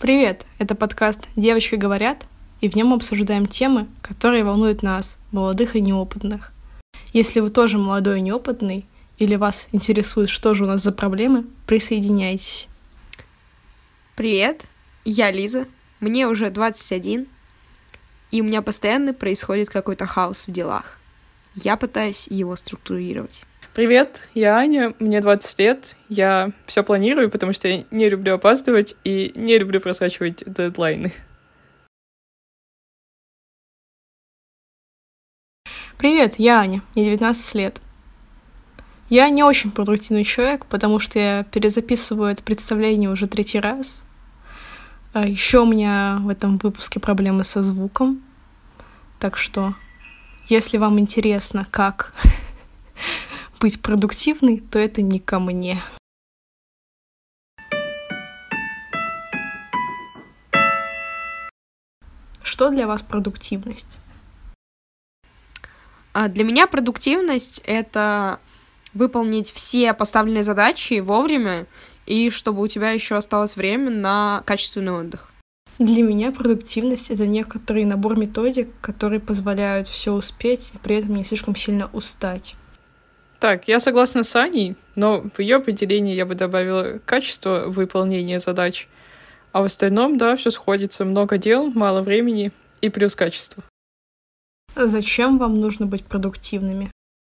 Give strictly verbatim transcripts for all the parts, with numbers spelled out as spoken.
Привет! Это подкаст «Девочки говорят», и в нем мы обсуждаем темы, которые волнуют нас, молодых и неопытных. Если вы тоже молодой и неопытный, или вас интересует, что же у нас за проблемы, присоединяйтесь. Привет, я Лиза, мне уже двадцать один, и у меня постоянно происходит какой-то хаос в делах. Я пытаюсь его структурировать. Привет, я Аня, мне двадцать лет, я все планирую, потому что я не люблю опаздывать и не люблю просрочивать дедлайны. Привет, я Аня, мне девятнадцать лет. Я не очень продуктивный человек, потому что я перезаписываю это представление уже третий раз. А еще у меня в этом выпуске проблемы со звуком. Так что, если вам интересно, как быть продуктивной, то это не ко мне. Что для вас продуктивность? А для меня продуктивность — это выполнить все поставленные задачи вовремя, и чтобы у тебя еще осталось время на качественный отдых. Для меня продуктивность — это некоторый набор методик, которые позволяют все успеть и при этом не слишком сильно устать. Так, я согласна с Аней, но в ее определении я бы добавила качество выполнения задач, а в остальном, да, все сходится. Много дел, мало времени и плюс качество. Зачем вам нужно быть продуктивными?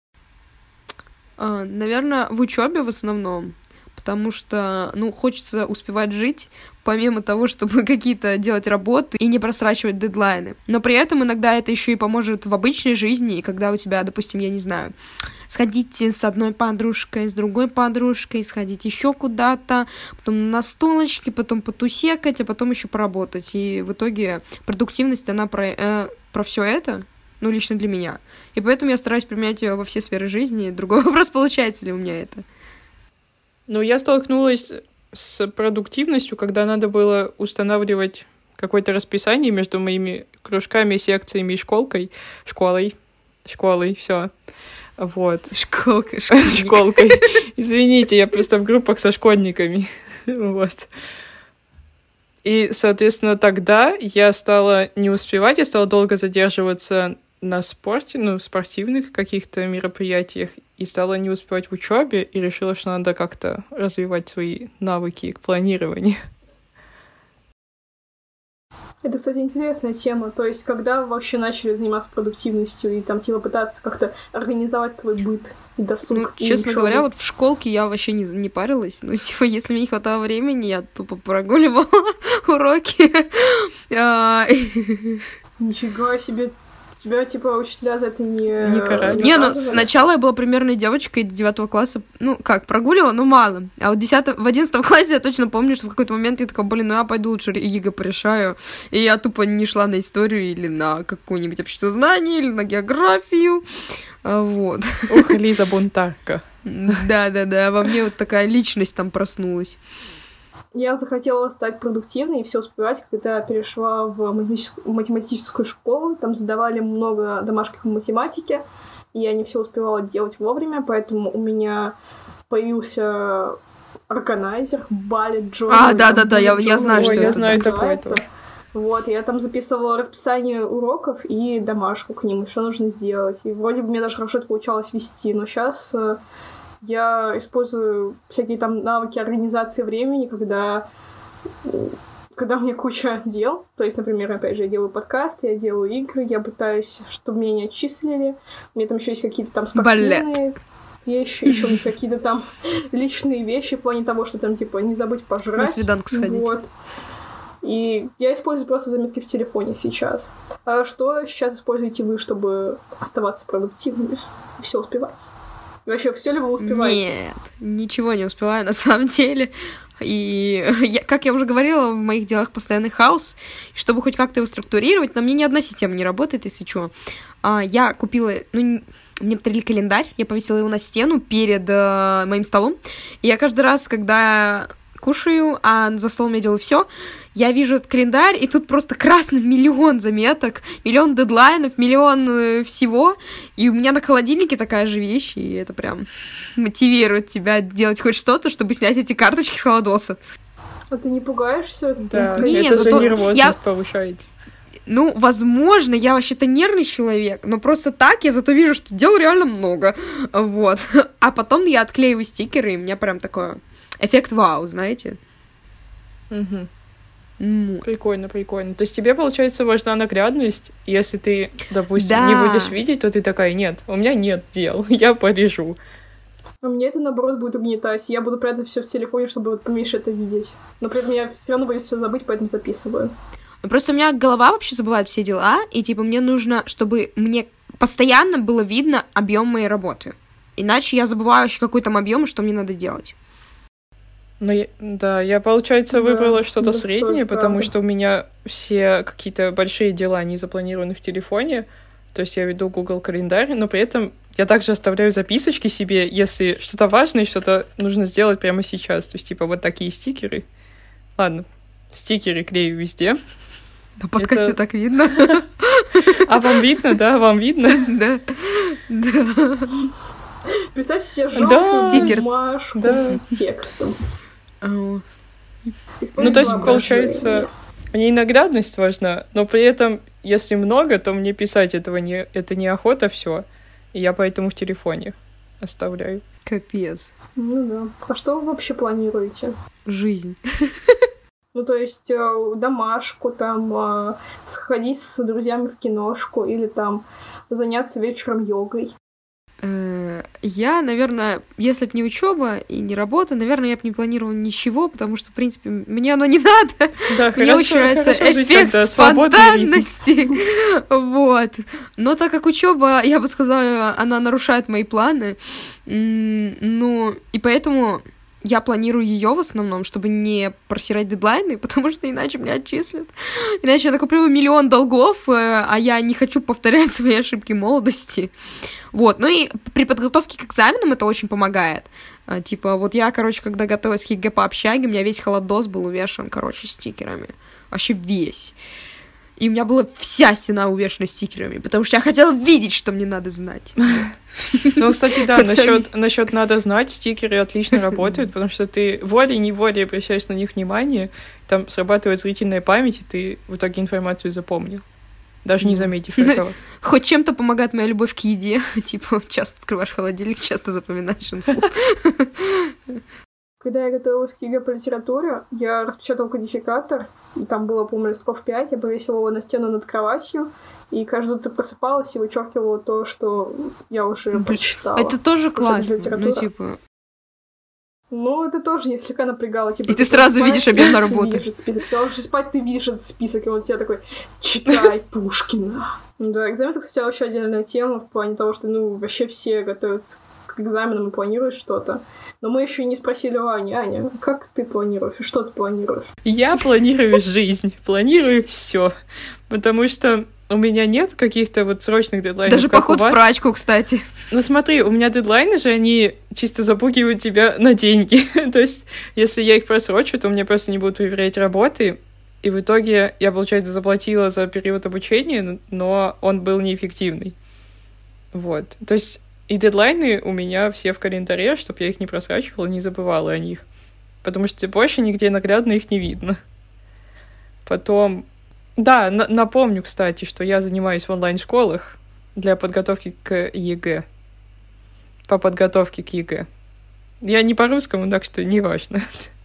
А, наверное, в учебе в основном, потому что, ну, хочется успевать жить, помимо того, чтобы какие-то делать работы и не просрачивать дедлайны. Но при этом иногда это еще и поможет в обычной жизни, и когда у тебя, допустим, я не знаю, сходить с одной подружкой, с другой подружкой, сходить еще куда-то, потом на столочке, потом потусекать, а потом еще поработать. И в итоге продуктивность, она про, э, про все это, ну, лично для меня. И поэтому я стараюсь применять ее во все сферы жизни. Другой вопрос, получается ли у меня это. Ну, я столкнулась с продуктивностью, когда надо было устанавливать какое-то расписание между моими кружками, секциями и школкой. Школой. Школой, все. Вот. Школка, школкой. Извините, я просто в группах со школьниками. Вот. И, соответственно, тогда я стала не успевать, я стала долго задерживаться на спорте, ну, спортивных каких-то мероприятиях, и стала не успевать в учебе, и решила, что надо как-то развивать свои навыки к планированию. Это, кстати, интересная тема. То есть, когда вы вообще начали заниматься продуктивностью и там, типа, пытаться как-то организовать свой быт и досуг? Ну, и честно учёбу? говоря, вот в школке я вообще не, не парилась. Ну, типа, если мне не хватало времени, я тупо прогуливала уроки. Нифига себе. Тебя, типа, учителя за это не... Не карали. Не, ну, сначала я была примерной девочкой до девятого класса. Ну, как, прогуливала, но мало. А вот десятом, в одиннадцатом классе я точно помню, что в какой-то момент я такая, блин, ну я пойду лучше ЕГЭ порешаю. И я тупо не шла на историю или на какое-нибудь обществознание, или на географию. Вот. Ох, Лиза бунтарка. Да-да-да, во мне вот такая личность там проснулась. Я захотела стать продуктивной и все успевать, когда перешла в математическую школу. Там задавали много домашних по математике, и я не все успевала делать вовремя, поэтому у меня появился органайзер, балет, джорнал. А, да-да-да, я, я знаю, Ой, что я это знаю называется. такое. Вот, я там записывала расписание уроков и домашку к ним, что нужно сделать. И вроде бы мне даже хорошо это получалось вести, но сейчас... Я использую всякие там навыки организации времени, когда, когда у меня куча дел. То есть, например, опять же, я делаю подкасты, я делаю игры, я пытаюсь, чтобы меня не отчислили. У меня там еще есть какие-то там спортивные Балет. вещи, еще есть какие-то там личные вещи в плане того, что там, типа, не забыть пожрать. На свиданку сходить. Вот. И я использую просто заметки в телефоне сейчас. А что сейчас используете вы, чтобы оставаться продуктивными и все успевать? Вообще, все ли вы успеваете? Нет, ничего не успеваю на самом деле. И, я, как я уже говорила, в моих делах постоянный хаос. И чтобы хоть как-то его структурировать, на мне ни одна система не работает, если что. А, я купила... Ну, мне подарили календарь, я повесила его на стену перед э, моим столом. И я каждый раз, когда кушаю, а за столом я делаю все, я вижу этот календарь, и тут просто красный миллион заметок, миллион дедлайнов, миллион э, всего, и у меня на холодильнике такая же вещь, и это прям мотивирует тебя делать хоть что-то, чтобы снять эти карточки с холодоса. А ты не пугаешься? Да, Не, это же зато нервозность я- повышается. Ну, возможно, я вообще-то нервный человек, но просто так я зато вижу, что дел реально много. Вот. А потом я отклеиваю стикеры, и у меня прям такой эффект вау, знаете? Мгм. Ну, Прикольно, прикольно. То есть тебе, получается, важна наглядность. Если ты, допустим, Да. не будешь видеть, то ты такая, нет, у меня нет дел, я полежу. А мне это, наоборот, будет угнетать. Я буду прятать все в телефоне, чтобы вот поменьше это видеть. Но при этом я все равно боюсь все забыть, поэтому записываю. просто у меня голова вообще забывает все дела, и, типа, мне нужно, чтобы мне постоянно было видно объем моей работы. Иначе я забываю вообще какой там объем и что мне надо делать. Ну, я- да, я, получается, Да, выбрала что-то да, среднее, тоже потому правда. что у меня все какие-то большие дела, они запланированы в телефоне, то есть я веду Google календарь, но при этом я также оставляю записочки себе, если что-то важное, что-то нужно сделать прямо сейчас, то есть, типа, вот такие стикеры. Ладно, стикеры клею везде. На подкасте Это- так видно. А вам видно, да? Вам видно? Да. Да. Представьте себе Да. желтую Стикер. бумажку Да. с текстом. А, Ну, Используйте то есть, воображение. получается, мне и наглядность важна, но при этом, если много, то мне писать этого не, это неохота все, и я поэтому в телефоне оставляю. Капец. Ну да. А что вы вообще планируете? Жизнь. Ну, то есть э, домашку, там, э, сходить с друзьями в киношку или там заняться вечером йогой. Э, Я, наверное, если бы не учеба и не работа, наверное, я бы не планировала ничего, потому что, в принципе, мне оно не надо. Да, Мне очень нравится жить, эффект когда свободный ритм. спонтанности. Вот. Но так как учеба, я бы сказала, она нарушает мои планы, м, ну, и поэтому я планирую ее в основном, чтобы не просирать дедлайны, потому что иначе меня отчислят. Иначе я накоплю миллион долгов, э, а я не хочу повторять свои ошибки молодости. Вот. Ну и при подготовке к экзаменам это очень помогает. А, Типа, вот я, короче, когда готовилась к ЕГЭ по общаге, у меня весь холодос был увешан, короче, стикерами. Вообще весь. И у меня была вся стена увешана стикерами, потому что я хотела видеть, что мне надо знать. Вот. Ну, кстати, да, Пацаны. насчет, насчет надо знать, стикеры отлично работают, потому что ты волей-неволей обращаешь на них внимание, там срабатывает зрительная память, и ты в итоге информацию запомнил, даже не заметив этого. Хоть чем-то помогает моя любовь к еде. Типа, часто открываешь холодильник, часто запоминаешь инфу. Когда я готовилась к ЕГЭ по литературе, я распечатала кодификатор, и там было, по-моему, листков пять, я повесила его на стену над кроватью, и каждое утро просыпалась и вычеркивала то, что я уже Блин, прочитала. Это тоже Потому что классно. Ну, литература. типа... Ну, это тоже не слегка напрягало. Типа, И ты ложишься сразу спать, видишь объем на ты работу. видишь этот список. Ты ложишься спать, ты видишь этот список, и он тебе такой, читай Пушкина. Ну да, экзамен, это, кстати, вообще отдельная тема в плане того, что, ну, вообще все готовятся к экзаменам и планируют что-то. Но мы еще не спросили у Ани. Аня, как ты планируешь? И что ты планируешь? Я планирую жизнь, планирую все, потому что у меня нет каких-то вот срочных дедлайнов, Даже как поход у в вас. прачку, кстати. Ну смотри, у меня дедлайны же, они чисто запугивают тебя на деньги. То есть, если я их просрочу, то мне просто не будут выверять работы, и в итоге я, получается, заплатила за период обучения, но он был неэффективный. Вот. То есть, и дедлайны у меня все в календаре, чтобы я их не просрачивала, не забывала о них. Потому что больше нигде наглядно их не видно. Потом... Да, на- напомню, кстати, что я занимаюсь в онлайн-школах для подготовки к ЕГЭ. По подготовке к ЕГЭ. Я не по-русскому, так что не важно.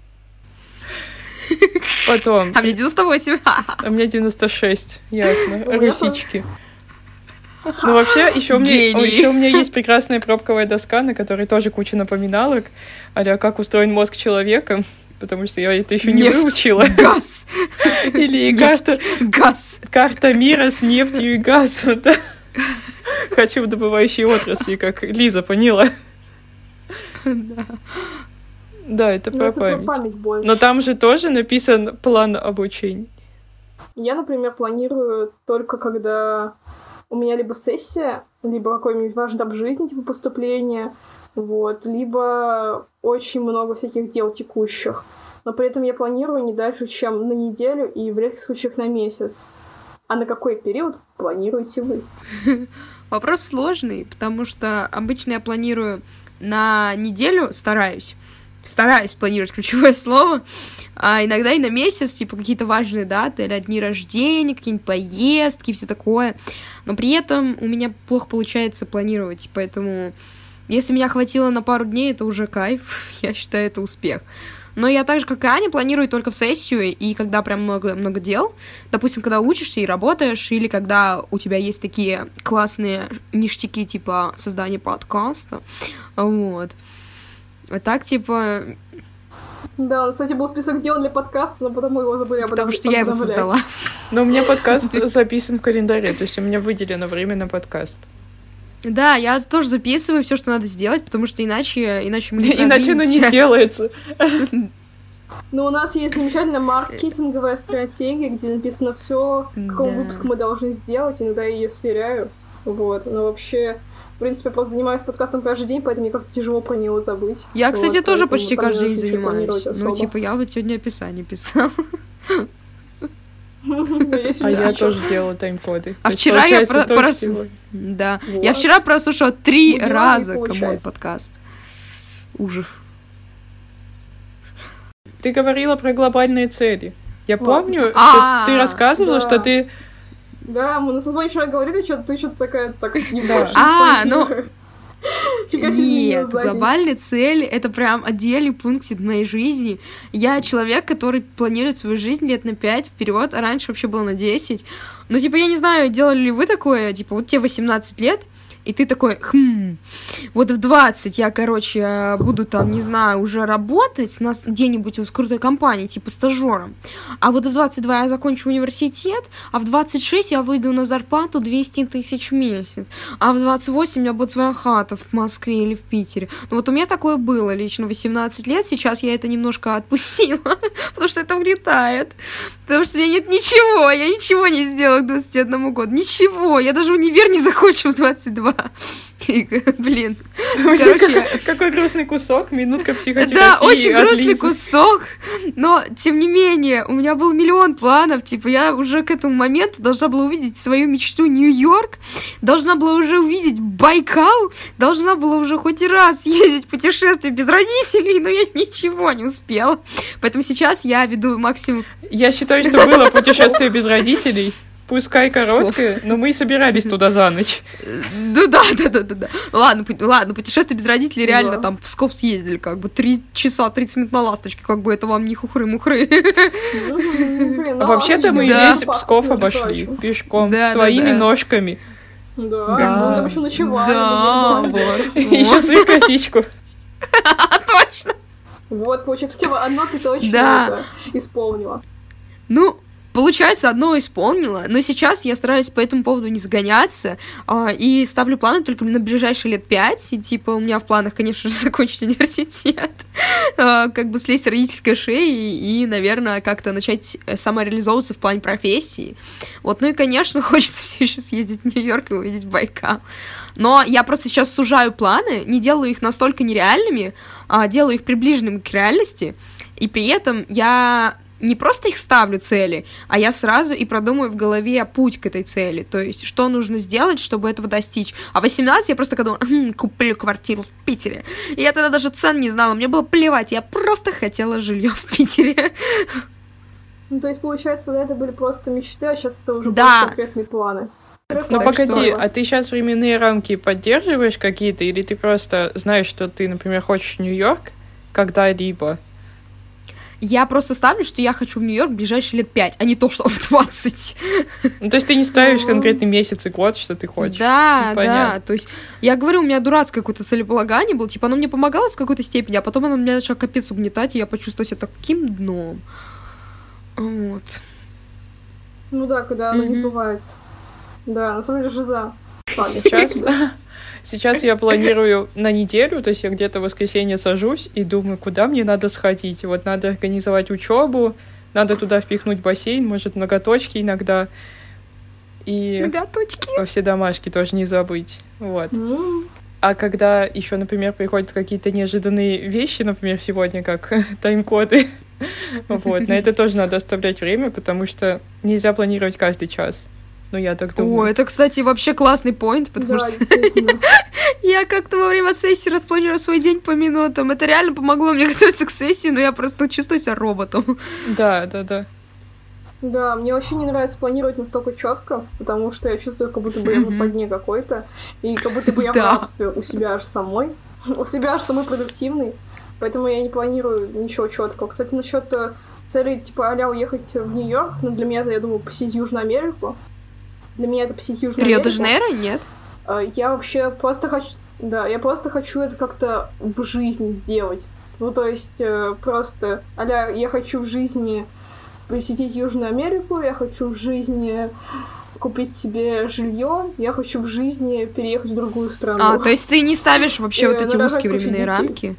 Потом... А мне девяносто восемь. У меня девяносто шесть, ясно. У меня Русички. Ну, вообще, еще у меня, Гений. о, еще у меня есть прекрасная пробковая доска, на которой тоже куча напоминалок, а как устроен мозг человека, потому что я это еще не Нефть, выучила. Газ. Или карта, Нефть, газ. карта мира с нефтью и газом, да? Хочу в добывающей отрасли, как Лиза поняла. Да. Да, это Ну, про это про память. память больше. Но там же тоже написан план обучения. Я, например, планирую только когда у меня либо сессия, либо какой-нибудь важный этап жизни, типа поступления, вот, либо очень много всяких дел текущих. Но при этом я планирую не дальше, чем на неделю и в редких случаях на месяц. А на какой период планируете вы? Вопрос сложный, потому что обычно я планирую на неделю, стараюсь, стараюсь планировать ключевое слово, а иногда и на месяц, типа, какие-то важные даты, или дни рождения, какие-нибудь поездки, все такое. Но при этом у меня плохо получается планировать, поэтому если меня хватило на пару дней, это уже кайф, я считаю, это успех. Но я так же, как и Аня, планирую только в сессию, и когда прям много-много дел, допустим, когда учишься и работаешь, или когда у тебя есть такие классные ништяки, типа создание подкаста, вот. А так, типа... Да, кстати, был список дел для подкаста, но потом мы его забыли обновлять. Потому что я его создала. Но у меня подкаст записан в календаре, то есть у меня выделено время на подкаст. Да, я тоже записываю все, что надо сделать, потому что иначе, иначе мы не Иначе оно не сделается. Ну, у нас есть замечательная маркетинговая стратегия, где написано все, какой выпуск мы должны сделать, иногда я ее сверяю. Вот, но вообще, в принципе, я просто занимаюсь подкастом каждый день, поэтому мне как-то тяжело про него забыть. Я, кстати, вот, тоже почти каждый день занимаюсь. Ну, типа, я вот сегодня описание писала. А я тоже делала тайм-коды. А вчера я прослушала... Да. Я вчера прослушала три раза камон подкаст. Ужас. Ты говорила про глобальные цели. Я помню, что ты рассказывала, что ты... Да, мы на самом деле вчера говорили, что ты что-то такая... так не можешь. А, ну... Нет, глобальные цели — это прям отдельный пунктик в моей жизни. Я человек, который планирует свою жизнь лет на пять вперед, а раньше вообще было на десять. Ну, типа, я не знаю, делали ли вы такое, типа, вот тебе восемнадцать лет, и ты такой, хм, вот в двадцать я, короче, буду там, не знаю, уже работать на где-нибудь в крутой компании, типа стажером. А вот в двадцать два я закончу университет, а в двадцать шесть я выйду на зарплату двести тысяч в месяц. А в двадцать восемь у меня будет своя хата в Москве или в Питере. Ну вот у меня такое было лично восемнадцать лет, сейчас я это немножко отпустила, потому что это угнетает. Потому что у меня нет ничего, я ничего не сделала к двадцати одному году, ничего, я даже универ не закончу в двадцать два. И, блин. Короче, какой грустный кусок, минутка психотерапии. Да, очень грустный кусок, но, тем не менее, у меня был миллион планов, типа, я уже к этому моменту должна была увидеть свою мечту Нью-Йорк, должна была уже увидеть Байкал, должна была уже хоть раз ездить в путешествие без родителей, но я ничего не успела. Поэтому сейчас я веду максимум... Я считаю, что было путешествие без родителей. Пускай короткое, Псков. Но мы и собирались туда за ночь. Ну да, да, да, да, да. Ладно, ладно, путешествие без родителей реально да. Там в Псков съездили, как бы три часа тридцать минут на ласточке, как бы это вам не хухры-мухры. А вообще-то мы весь Псков обошли пешком, своими ножками. Да, мы еще ночевали. Да, вот. Еще свою косичку. Точно. Вот, получается, тема одно ты точно исполнила. Ну, получается, одно исполнила, но сейчас я стараюсь по этому поводу не загоняться а, и ставлю планы только на ближайшие лет пять, и типа у меня в планах, конечно же, закончить университет, а, как бы слезть с родительской шеи и, наверное, как-то начать самореализовываться в плане профессии. Вот, ну и, конечно, хочется все еще съездить в Нью-Йорк и увидеть Байкал. Но я просто сейчас сужаю планы, не делаю их настолько нереальными, а делаю их приближенными к реальности, и при этом я... не просто их ставлю цели, а я сразу и продумаю в голове путь к этой цели, то есть, что нужно сделать, чтобы этого достичь. А в восемнадцать я просто думала, хм, куплю квартиру в Питере. И я тогда даже цен не знала, мне было плевать, я просто хотела жилье в Питере. Ну, то есть, получается, это были просто мечты, а сейчас это уже да. конкретные планы. Ну, погоди, а ты сейчас временные рамки поддерживаешь какие-то, или ты просто знаешь, что ты, например, хочешь в Нью-Йорк когда-либо? Я просто ставлю, что я хочу в Нью-Йорк в ближайшие лет пять, а не то, что в двадцать. Ну, то есть ты не ставишь конкретный месяц и год, что ты хочешь. Да, ну, да, то есть я говорю, у меня дурацкое какое-то целеполагание было, типа оно мне помогало с какой-то степени, а потом оно меня начало капец угнетать, и я почувствовала себя таким дном. Вот. Ну да, когда оно mm-hmm. не сбывается. Да, на самом деле жиза. Сейчас... Сейчас я планирую на неделю, то есть я где-то в воскресенье сажусь и думаю, куда мне надо сходить. Вот надо организовать учебу, надо туда впихнуть бассейн, может, ноготочки иногда. И ноготочки. Все домашки тоже не забыть. Вот. Mm. А когда еще, например, приходят какие-то неожиданные вещи, например, сегодня, как тайм-коды, вот, на это тоже надо оставлять время, потому что нельзя планировать каждый час. Ну, я так думаю. О, это, кстати, вообще классный поинт, потому Да, что действительно. я как-то во время сессии распланировала свой день по минутам. Это реально помогло мне готовиться к сессии, но я просто чувствую себя роботом. Да, да, да. Да, мне вообще не нравится планировать настолько четко, потому что я чувствую, как будто бы я в Мгм. западне какой-то, и как будто бы я в Да. рабстве у себя аж самой, у себя аж самой продуктивной, поэтому я не планирую ничего четкого. Кстати, насчет цели, типа, а-ля уехать в Нью-Йорк, ну, для меня это, я думаю, посетить Южную Америку. Для меня это посетить Южную Америку. Рио-де-Жанейро? Нет? А, Я вообще просто хочу... Да, я просто хочу это как-то в жизни сделать. Ну, то есть, э, просто... а-ля, я хочу в жизни посетить Южную Америку, я хочу в жизни купить себе жилье, я хочу в жизни переехать в другую страну. А, то есть ты не ставишь вообще Э, вот эти нарожать узкие кучу временные детей. рамки?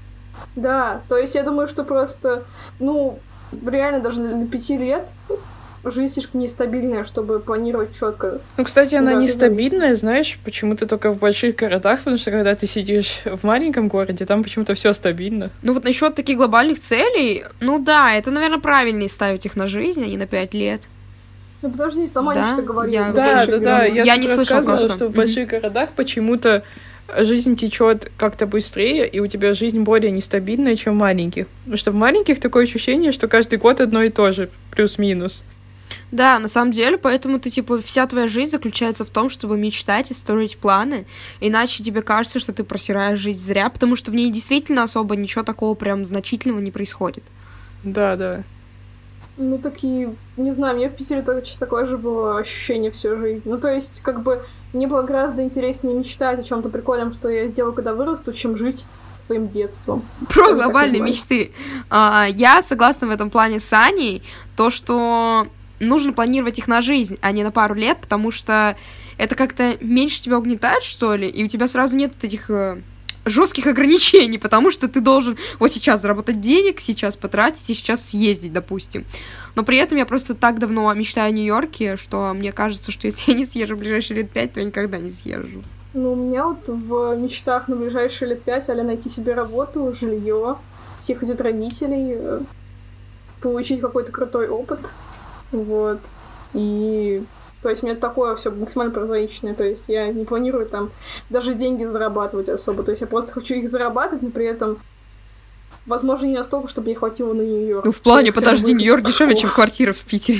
Да, то есть я думаю, что просто, ну, реально даже для пяти лет жизнь слишком нестабильная, чтобы планировать четко. Ну, кстати, она Да, ты нестабильная, знаешь, почему-то только в больших городах, потому что когда ты сидишь в маленьком городе, там почему-то все стабильно. Ну вот насчет таких глобальных целей, ну да, это, наверное, правильнее ставить их на жизнь, а не на пять лет. Ну подожди, там Аня Да, что-то говорила. я- в Да, больших да, да. городах. Я, Я тут не слышала рассказывала, просто. что в Мгм. больших городах почему-то жизнь течет как-то быстрее, и у тебя жизнь более нестабильная, чем в маленьких. Потому что в маленьких такое ощущение, что каждый год одно и то же, плюс-минус. Да, на самом деле, поэтому ты, типа, вся твоя жизнь заключается в том, чтобы мечтать и строить планы, иначе тебе кажется, что ты просираешь жизнь зря, потому что в ней действительно особо ничего такого прям значительного не происходит. Да, да. Ну, такие, не знаю, мне в Питере точно такое же было ощущение всю жизнь. Ну, то есть, как бы, мне было гораздо интереснее мечтать о чем-то прикольном, что я сделаю, когда вырасту, чем жить своим детством. Про Тоже глобальные так мечты. А, я согласна в этом плане с Аней, то, что нужно планировать их на жизнь, а не на пару лет, потому что это как-то меньше тебя угнетает, что ли, и у тебя сразу нет вот этих э, жестких ограничений, потому что ты должен вот сейчас заработать денег, сейчас потратить и сейчас съездить, допустим. Но при этом я просто так давно мечтаю о Нью-Йорке, что мне кажется, что если я не съезжу в ближайшие лет пять, то я никогда не съезжу. Ну, у меня вот в мечтах на ближайшие лет пять а-ля найти себе работу, жилье, съехать от родителей, э, получить какой-то крутой опыт. Вот. И... То есть у меня такое все максимально прозаичное. То есть я не планирую там даже деньги зарабатывать особо. То есть я просто хочу их зарабатывать, но при этом, возможно, не настолько, чтобы мне хватило на Нью-Йорк. Ну, в плане, То есть, подожди, как бы, Нью-Йорк дешевле, ох. чем квартира в Питере.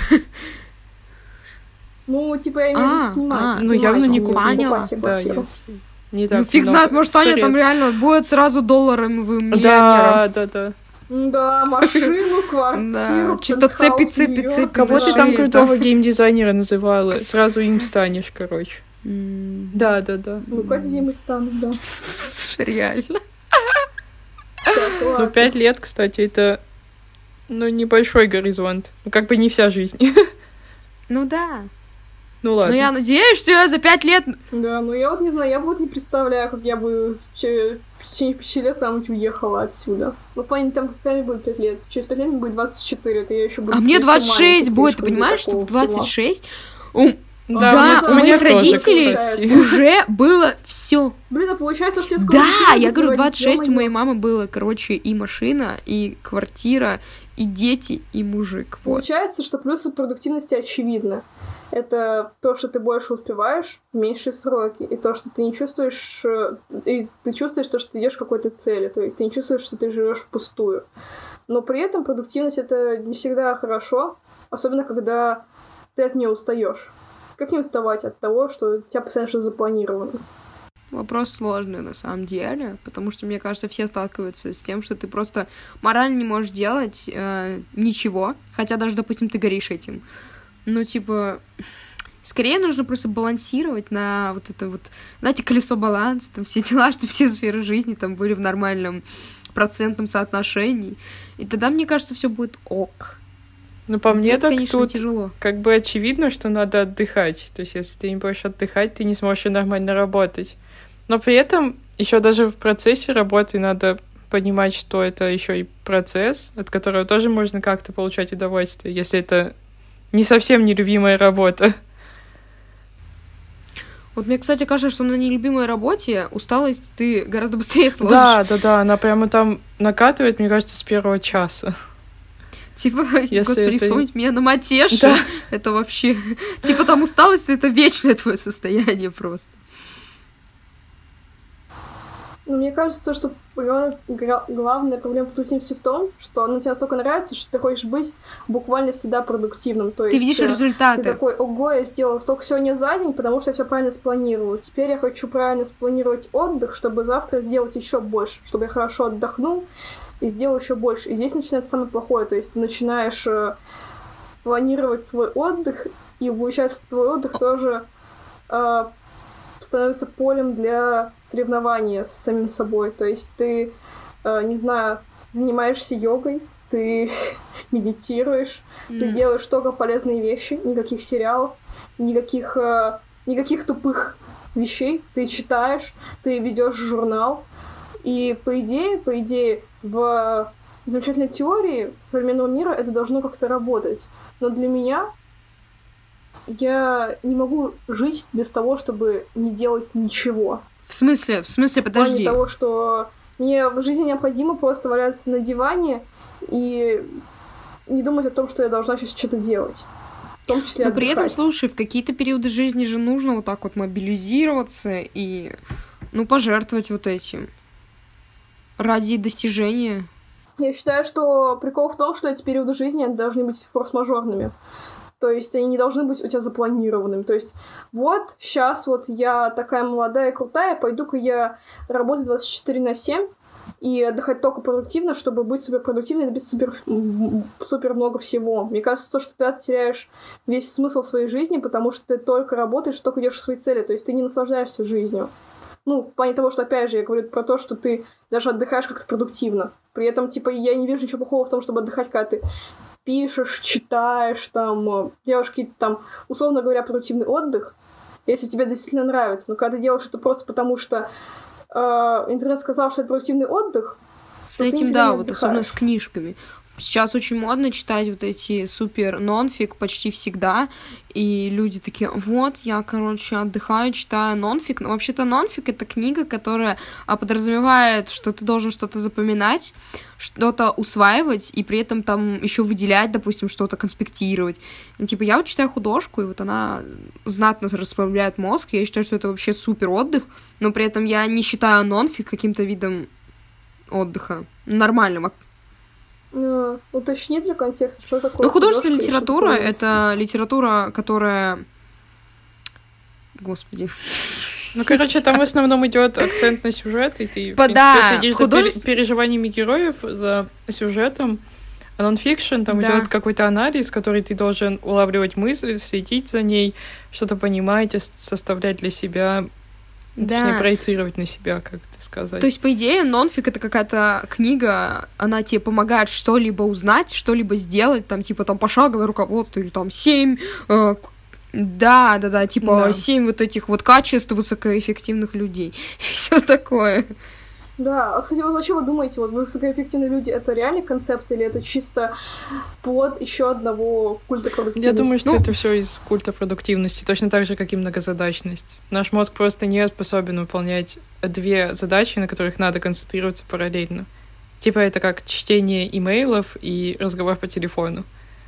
Ну, типа, я имею в А, виду снимать. а, Ну, снимать, явно не а купить. покупать Поняла. себе Да, квартиру. я- не так Ну, фиг много знает, может, Аня там средств. реально будет сразу долларовым миллионером. Да, да, да. Да, машину, квартиру, Да, чисто пентхаус цепи, в цепи, Нью-Йорке. цепи. Кого ты Зашили, там да. крутого геймдизайнера называла? Сразу им станешь, короче. М, Да, да, да. Ну, как зимой станут, да. Реально. Так, Ну, ладно. пять лет, кстати, это, ну, небольшой горизонт. Ну, как бы не вся жизнь. Ну да. Ну, ладно. Но я надеюсь, что я за пять лет... Да, ну я вот не знаю, я вот не представляю, как я бы в че- в течение пяти лет куда-нибудь уехала отсюда. Ну, в плане, там какая будет пять лет. Через пять лет мне будет двадцать четыре, это я еще буду... А мне еще двадцать шесть маленькой будет, ты слишком для понимаешь, что такого в двадцать шесть у, Да, да, мне- у мне моих тоже, родителей кстати. уже было все. Блин, а получается, что я скоро Да, детей я буду говорю, в заводить, двадцать шесть у ё-моё. моей мамы было, короче, и машина, и квартира, и дети, и мужик. Вот. Получается, что плюсы продуктивности очевидны. Это то, что ты больше успеваешь в меньшие сроки, и то, что ты не чувствуешь, э, и ты чувствуешь то, что ты идешь к какой-то цели, то есть ты не чувствуешь, что ты живешь впустую. Но при этом продуктивность — это не всегда хорошо, особенно когда ты от нее устаешь. Как не уставать от того, что у тебя постоянно что-то запланировано? Вопрос сложный на самом деле, потому что, мне кажется, все сталкиваются с тем, что ты просто морально не можешь делать э, ничего, хотя даже, допустим, ты горишь этим. Ну, типа, скорее нужно просто балансировать на вот это вот, знаете, колесо баланса, там все дела, что все сферы жизни там были в нормальном процентном соотношении. И тогда, мне кажется, все будет ок. Ну, по мне Это, так конечно, тут тяжело. как бы очевидно, что надо отдыхать. То есть, если ты не будешь отдыхать, ты не сможешь и нормально работать. Но при этом еще даже в процессе работы надо понимать, что это еще и процесс, от которого тоже можно как-то получать удовольствие, если это не совсем нелюбимая работа. Вот мне, кстати, кажется, что на нелюбимой работе усталость ты гораздо быстрее словишь. Да, да, да, она прямо там накатывает, мне кажется, с первого часа. Типа, Если господи, это- вспомнить меня на матеше. Да. Это вообще... Типа, там усталость — это вечное твое состояние просто. Ну, мне кажется, что гла- гра- главная проблема продуктивности в том, что она тебе настолько нравится, что ты хочешь быть буквально всегда продуктивным. То Ты есть, видишь э, результаты. Ты такой, ого, я сделал столько сегодня за день, потому что я все правильно спланировала. Теперь я хочу правильно спланировать отдых, чтобы завтра сделать еще больше, чтобы я хорошо отдохнул и сделал еще больше. И здесь начинается самое плохое. То есть ты начинаешь э, планировать свой отдых, и получается, твой отдых тоже э, становится полем для соревнования с самим собой. То есть ты, э, не знаю, занимаешься йогой, ты медитируешь, mm. ты делаешь только полезные вещи, никаких сериалов, никаких, э, никаких тупых вещей. Ты читаешь, ты ведешь журнал. И по идее, по идее, в замечательной теории современного мира это должно как-то работать. Но для меня я не могу жить без того, чтобы не делать ничего. В смысле? В смысле, подожди. В плане того, что мне в жизни необходимо просто валяться на диване и не думать о том, что я должна сейчас что-то делать. В том числе Но отдыхать. при этом, слушай, в какие-то периоды жизни же нужно вот так вот мобилизироваться и, ну, пожертвовать вот этим ради достижения. Я считаю, что прикол в том, что эти периоды жизни они должны быть форс-мажорными. То есть они не должны быть у тебя запланированными. То есть вот сейчас вот я такая молодая и крутая, пойду-ка я работать двадцать четыре на семь и отдыхать только продуктивно, чтобы быть суперпродуктивной и добиться супер, супер много всего. Мне кажется, то, что ты теряешь весь смысл своей жизни, потому что ты только работаешь, только идешь к своей цели. То есть ты не наслаждаешься жизнью. Ну, в плане того, что, опять же, я говорю про то, что ты даже отдыхаешь как-то продуктивно. При этом, типа, я не вижу ничего плохого в том, чтобы отдыхать, когда ты пишешь, читаешь, там, делаешь какие-то там, условно говоря, продуктивный отдых, если тебе действительно нравится. Но когда ты делаешь это просто потому, что э, интернет сказал, что это продуктивный отдых, с этим, да, вот особенно с книжками. Сейчас очень модно читать вот эти супер нонфик почти всегда, и люди такие, вот, я, короче, отдыхаю, читаю нонфик, но вообще-то нонфик — это книга, которая подразумевает, что ты должен что-то запоминать, что-то усваивать, и при этом там еще выделять, допустим, что-то конспектировать. И, типа, я вот читаю художку, и вот она знатно расслабляет мозг, я считаю, что это вообще супер отдых, но при этом я не считаю нонфик каким-то видом отдыха нормальным. Ну, уточни для контекста, что такое. Ну, художественная литература — это литература, которая... Господи. Ну, короче, там в основном идет акцент на сюжет, и ты, в да, принципе, следишь художе... за переживаниями героев, за сюжетом. А нонфикшн, там да. идет какой-то анализ, который ты должен улавливать мысль, следить за ней, что-то понимать, составлять для себя, да. точнее, проецировать на себя, как это сказать. То есть, по идее, нонфик — это какая-то книга, она тебе помогает что-либо узнать, что-либо сделать, там, типа, там, пошаговое руководство, или там семь... Э, да, да, да, типа, да. семь вот этих вот качеств высокоэффективных людей. Все такое. Да, а, кстати, вот о чем вы думаете? Вот высокоэффективные люди — это реальный концепт или это чисто плод еще одного культа продуктивности? Я думаю, что ну... это все из культа продуктивности, точно так же, как и многозадачность. Наш мозг просто не способен выполнять две задачи, на которых надо концентрироваться параллельно. Типа это как чтение имейлов и разговор по телефону.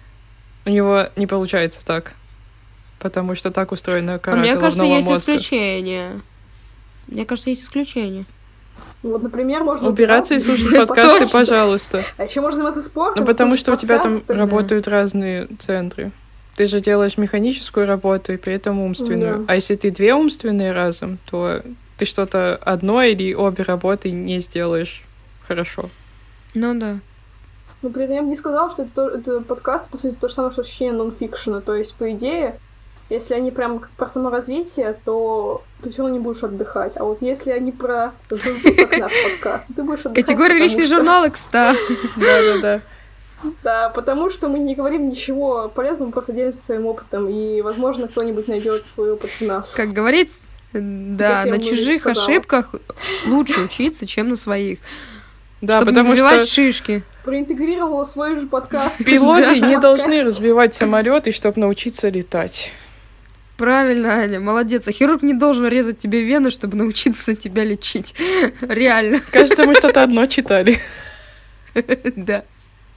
У него не получается так, потому что так устроена кора головного мозга. Мне кажется, есть мозга. исключения. Мне кажется, есть исключения. Вот, например, можно... Убираться и слушать подкасты, пожалуйста. А еще можно заниматься спортом. Ну, потому что у тебя там работают разные центры. Ты же делаешь механическую работу и при этом умственную. А если ты две умственные разом, то ты что-то одно или обе работы не сделаешь хорошо. Ну да. Но при этом я бы не сказала, что это, это подкаст, по сути, то же самое, что ощущение нонфикшена. То есть, по идее, если они прям про саморазвитие, то ты все равно не будешь отдыхать. А вот если они про как наш подкаст, то ты будешь отдыхать. Категория личные что... журналы, кстати. Да-да-да. Да, потому что мы не говорим ничего полезного, мы просто делимся своим опытом, и, возможно, кто-нибудь найдет свой опыт в нас. Как говорится, да, на чужих ошибках лучше учиться, чем на своих. Да, чтобы потому не набивать что шишки. Проинтегрировала свой же подкаст. Пилоты не должны разбивать самолеты, чтобы научиться летать. Правильно, Аня, молодец. А хирург не должен резать тебе вены, чтобы научиться тебя лечить. Реально. Кажется, мы что-то одно читали. Да.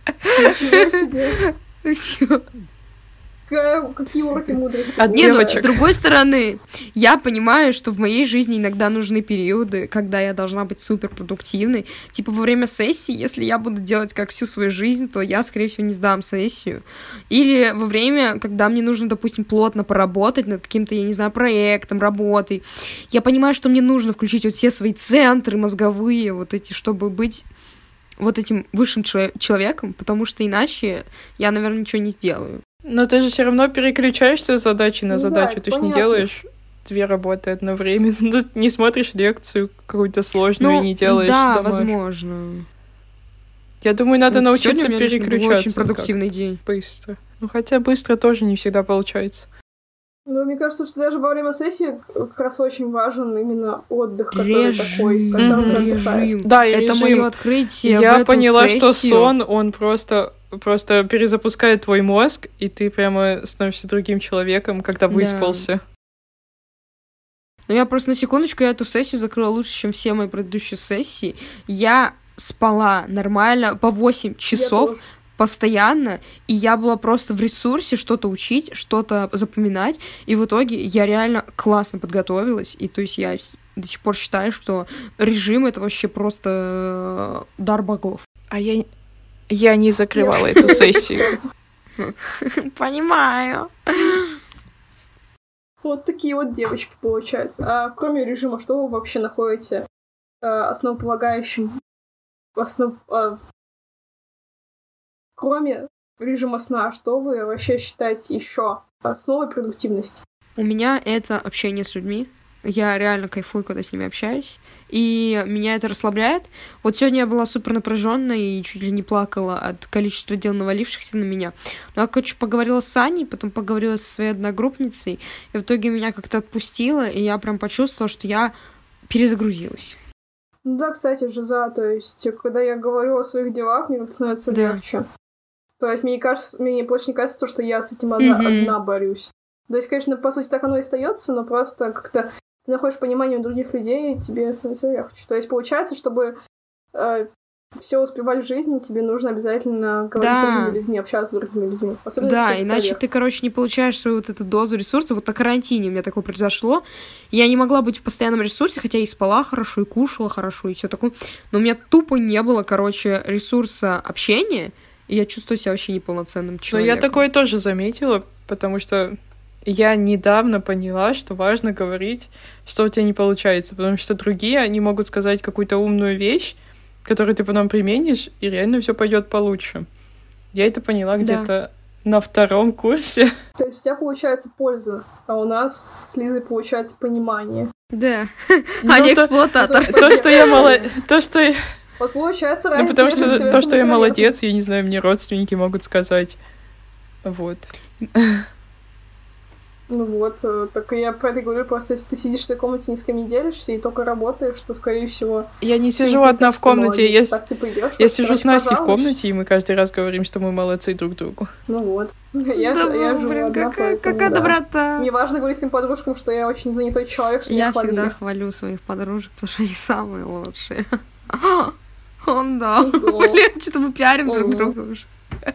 Ничего себе. Все. Какие уроки мудрости. От Не, ну, девочек. с другой стороны, я понимаю, что в моей жизни иногда нужны периоды, когда я должна быть суперпродуктивной. Типа во время сессии, если я буду делать как всю свою жизнь, то я, скорее всего, не сдам сессию. Или во время, когда мне нужно, допустим, плотно поработать над каким-то, я не знаю, проектом, работой. Я понимаю, что мне нужно включить вот все свои центры мозговые, вот эти, чтобы быть вот этим высшим чело- человеком, потому что иначе я, наверное, ничего не сделаю. Но ты же все равно переключаешься с задачи на Ну да, задачу. это Ты же не понятно. делаешь две работы одновременно. Ты не смотришь лекцию какую-то сложную Ну, и не делаешь да, домашку. возможно. Я думаю, надо Вот научиться сегодня у меня лично был переключаться. очень продуктивный день. как-то быстро. Ну, хотя быстро тоже не всегда получается. Ну, мне кажется, что даже во время сессии как раз очень важен именно отдых, который Режим, такой, который ты отдыхаешь. режим. Да, и Это режим. мое открытие. в Я эту поняла, что сессию. сон, он просто, просто перезапускает твой мозг, и ты прямо становишься другим человеком, когда Да. выспался. Но я просто на секундочку, я эту сессию закрыла лучше, чем все мои предыдущие сессии. Я спала нормально по восемь Я часов тоже. постоянно, и я была просто в ресурсе что-то учить, что-то запоминать, и в итоге я реально классно подготовилась, и то есть я с- до сих пор считаю, что режим — это вообще просто э, дар богов. А я, я не закрывала эту сессию. Понимаю. Вот такие вот девочки, получается. А кроме режима, что вы вообще находите э, основополагающим? Основ... э, Кроме режима сна, что вы вообще считаете еще основой продуктивности? У меня это общение с людьми. Я реально кайфую, когда с ними общаюсь. И меня это расслабляет. Вот сегодня я была супер напряженная и чуть ли не плакала от количества дел, навалившихся на меня. Но я, короче, поговорила с Аней, потом поговорила со своей одногруппницей, и в итоге меня как-то отпустило, и я прям почувствовала, что я перезагрузилась. Ну да, кстати, Жиза, то есть, когда я говорю о своих делах, мне как-то становится Да. легче. То есть, мне не кажется, мне больше не кажется, то, что я с этим одна, Мгм. одна борюсь. То есть, конечно, по сути, так оно и остается, но просто как-то ты находишь понимание у других людей, и тебе становится легче. То есть, получается, чтобы э, все успевать в жизни, тебе нужно обязательно говорить Да. с другими людьми, общаться с другими людьми. Особенно Да, если ты иначе экстраверт. ты, короче, не получаешь свою вот эту дозу ресурса. Вот на карантине у меня такое произошло. Я не могла быть в постоянном ресурсе, хотя и спала хорошо, и кушала хорошо, и все такое. Но у меня тупо не было, короче, ресурса общения, и я чувствую себя вообще неполноценным Но человеком. я такое тоже заметила, потому что я недавно поняла, что важно говорить, что у тебя не получается, потому что другие, они могут сказать какую-то умную вещь, которую ты потом применишь, и реально все пойдет получше. Я это поняла Да. где-то на втором курсе. То есть у тебя получается польза, а у нас с Лизой получается понимание. Да. Ну, А не то- эксплуататор. То, что я мало... То, что... Вот получается Ну, разница. потому между что экстравертом то, что и я интровертом. молодец, я не знаю, мне родственники могут сказать. Вот. Ну вот, э, так и я про это говорю, просто если ты сидишь в своей комнате, ни с кем не делишься и только работаешь, то, скорее всего... Я не ты сижу не одна в знаешь, что комнате, я, молодец. Так ты пойдёшь, я вот, сижу короче, с Настей в пожалуешься. комнате, и мы каждый раз говорим, что мы молодцы друг другу. Ну вот. Я, Да, же- я живу блин, одна, какая, поэтому какая да. доброта. Мне важно говорить своим подружкам, что я очень занятой человек, что Я меня всегда хвалили. хвалю своих подружек, потому что они самые лучшие. Он да. Ого. Блин, что-то мы пиарим друг Ого. друга уже.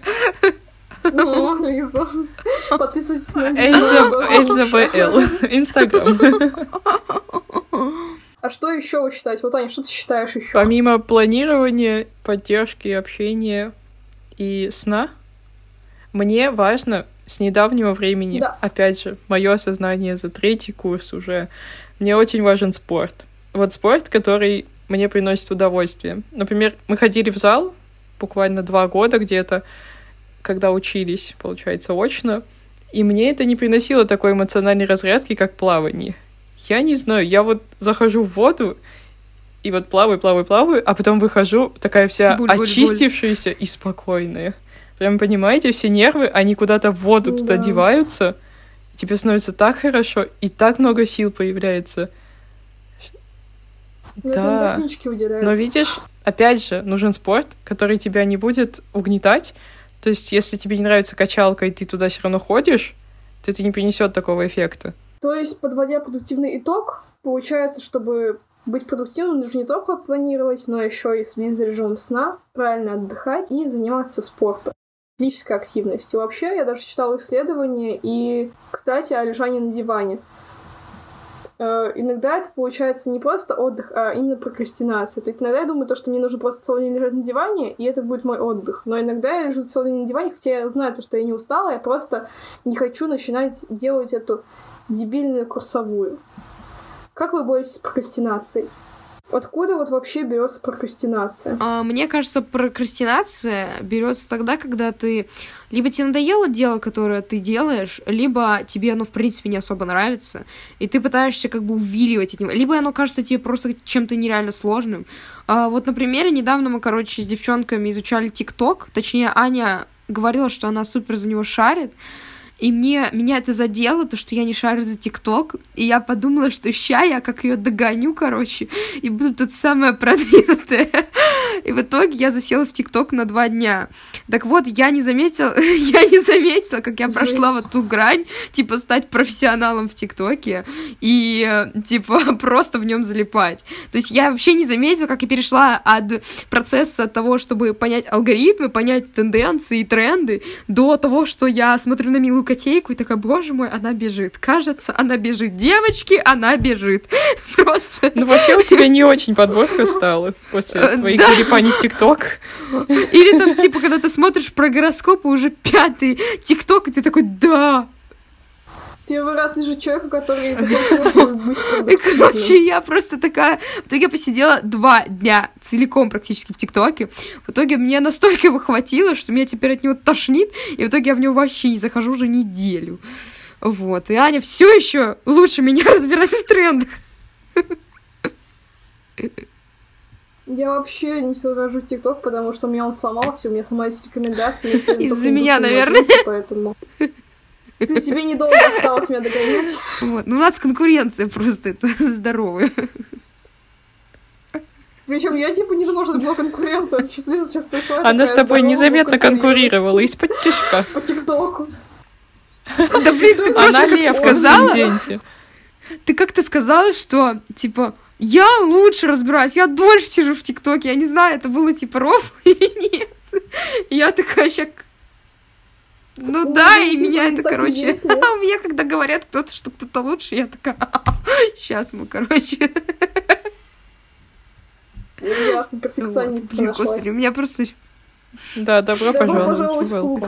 Ну, Лиза. Подписывайтесь на Эльза, меня. Эльза бэ эл. Инстаграм. А что еще вы считаете? Вот, Аня, что ты считаешь еще? Помимо планирования, поддержки, общения и сна, мне важно с недавнего времени, Да. опять же, мое осознание за третий курс уже, мне очень важен спорт. Вот спорт, который мне приносит удовольствие. Например, мы ходили в зал буквально два года где-то, когда учились, получается, очно, и мне это не приносило такой эмоциональной разрядки, как плавание. Я не знаю, я вот захожу в воду, и вот плаваю, плаваю, плаваю, а потом выхожу, такая вся Буль, буль, буль. очистившаяся и спокойная. Прям понимаете, все нервы, они куда-то в воду туда Да. деваются, и тебе становится так хорошо, и так много сил появляется. Ну, это Да. эндорфинчики выделяются. Но видишь, опять же, нужен спорт, который тебя не будет угнетать. То есть, если тебе не нравится качалка, и ты туда все равно ходишь, то это не принесет такого эффекта. То есть, подводя продуктивный итог, получается, чтобы Быть продуктивным нужно не только планировать, но еще и следить за режимом сна, правильно отдыхать и заниматься спортом, физической активностью. Вообще, я даже читала исследования и, кстати, о лежании на диване. Э, иногда это получается не просто отдых, а именно прокрастинация. То есть иногда я думаю, то, что мне нужно просто целый день лежать на диване, и это будет мой отдых. Но иногда я лежу целый день на диване, хотя я знаю, то, что я не устала, я просто не хочу начинать делать эту дебильную курсовую. Как вы боретесь с прокрастинацией? Откуда вот вообще берется прокрастинация? А, мне кажется, прокрастинация берется тогда, когда ты либо тебе надоело дело, которое ты делаешь, либо тебе оно в принципе не особо нравится, и ты пытаешься как бы увиливать от него, либо оно кажется тебе просто чем-то нереально сложным. А, вот, например, недавно мы, короче, с девчонками изучали ТикТок, точнее, Аня говорила, что она супер за него шарит. И мне, меня это задело, то, что я не шарю за ТикТок, и я подумала, что ща я как ее догоню, короче, и буду тут самая продвинутая. И в итоге я засела в ТикТок на два дня. Так вот, я не заметила, я не заметила, как я прошла вот ту грань, типа, стать профессионалом в ТикТоке и, типа, просто в нем залипать. То есть я вообще не заметила, как я перешла от процесса того, чтобы понять алгоритмы, понять тенденции и тренды, до того, что я смотрю на Милу котейку и такая, боже мой, она бежит. Кажется, она бежит. Девочки, она бежит. Просто. Ну, вообще у тебя не очень подборка стала после твоих залипаний в ТикТок. Или там, типа, когда ты смотришь про гороскопы, уже пятый ТикТок, и ты такой, да. Первый раз вижу человека, который захотел быть продуктивным. И, короче, я просто такая... В итоге я посидела два дня целиком практически в ТикТоке. В итоге мне настолько его хватило, что меня теперь от него тошнит, и в итоге я в него вообще не захожу уже неделю. Вот. И Аня все еще лучше меня разбирается в трендах. Я вообще не захожу в ТикТок, потому что у меня он сломался, у меня сломались рекомендации. Из-за меня, наверное. Поэтому... Ты тебе недолго осталось меня догонять. Вот. Ну, у нас конкуренция просто это здоровая. Причем я типа не думала, что это была конкуренция. Это сейчас Лиза сейчас пришла. Она с тобой незаметно конкурировала из-под тяжка. По ТикТоку. Да блин, ты просто как сказала. Ты как-то сказала, что типа я лучше разбираюсь, я дольше сижу в ТикТоке. Я не знаю, это было типа рофл или нет. Я такая сейчас. Ну, ну да, и типа, меня это, короче... Есть, у меня, когда говорят кто-то, что кто-то лучше, я такая, сейчас мы, короче... Ясно, перфекционистка вот. Господи, у меня просто... Да, добро, добро пожаловать в клуб.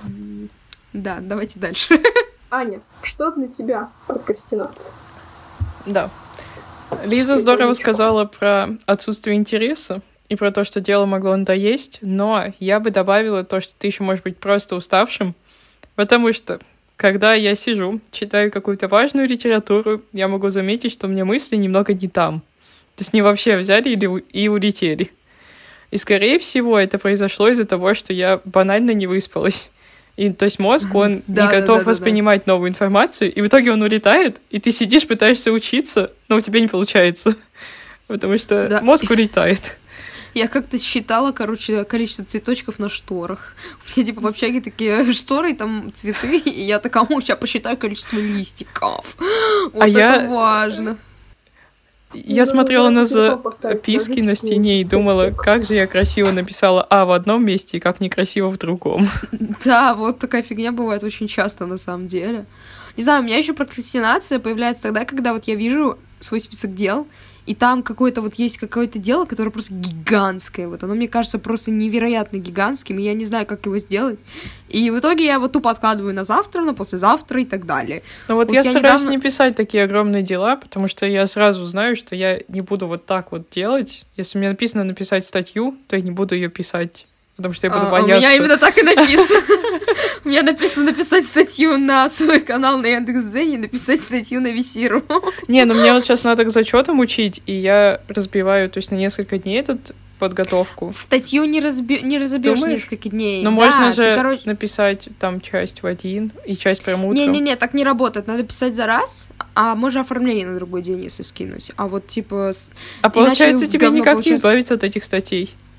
Да, давайте дальше. Аня, что для тебя прокрастинация? Да. Лиза здорово сказала про отсутствие интереса и про то, что дело могло надоесть, но я бы добавила то, что ты еще можешь быть просто уставшим, потому что, когда я сижу, читаю какую-то важную литературу, я могу заметить, что у меня мысли немного не там. То есть не вообще взяли и улетели. И, скорее всего, это произошло из-за того, что я банально не выспалась. И, то есть мозг, он да, не готов да, да, воспринимать да. новую информацию, и в итоге он улетает, и ты сидишь, пытаешься учиться, но у тебя не получается, потому что да. мозг улетает. Я как-то считала, короче, количество цветочков на шторах. У меня, типа, в общаге такие шторы, там цветы, и я такая, о, сейчас посчитаю количество листиков. Вот а это я... важно. Я ну, смотрела на записки на стене и думала, как же я красиво написала «а» в одном месте и как некрасиво в другом. Да, вот такая фигня бывает очень часто на самом деле. Не знаю, у меня еще прокрастинация появляется тогда, когда вот я вижу свой список дел, и там какое-то вот есть какое-то дело, которое просто гигантское. Вот оно, мне кажется, просто невероятно гигантским, и я не знаю, как его сделать. И в итоге я вот тупо откладываю на завтра, на послезавтра и так далее. Ну вот, вот я, я стараюсь недавно... не писать такие огромные дела, потому что я сразу знаю, что я не буду вот так вот делать. Если мне написано написать статью, то я не буду ее писать, потому что я буду бояться. У меня именно так и написано. У меня написано написать статью на свой канал на Яндекс.Дзене и написать статью на Висиру. Не, ну мне вот сейчас надо к зачетам учить, и я разбиваю, то есть на несколько дней этот подготовку. Статью не, разби... не разобьешь несколько дней. Ну да, можно же ты, короче... написать там часть в один и часть прям утром. Не-не-не, так не работает. Надо писать за раз, а можно оформление на другой день, если скинуть. А вот типа... А получается тебе никак получается... не избавиться от этих статей?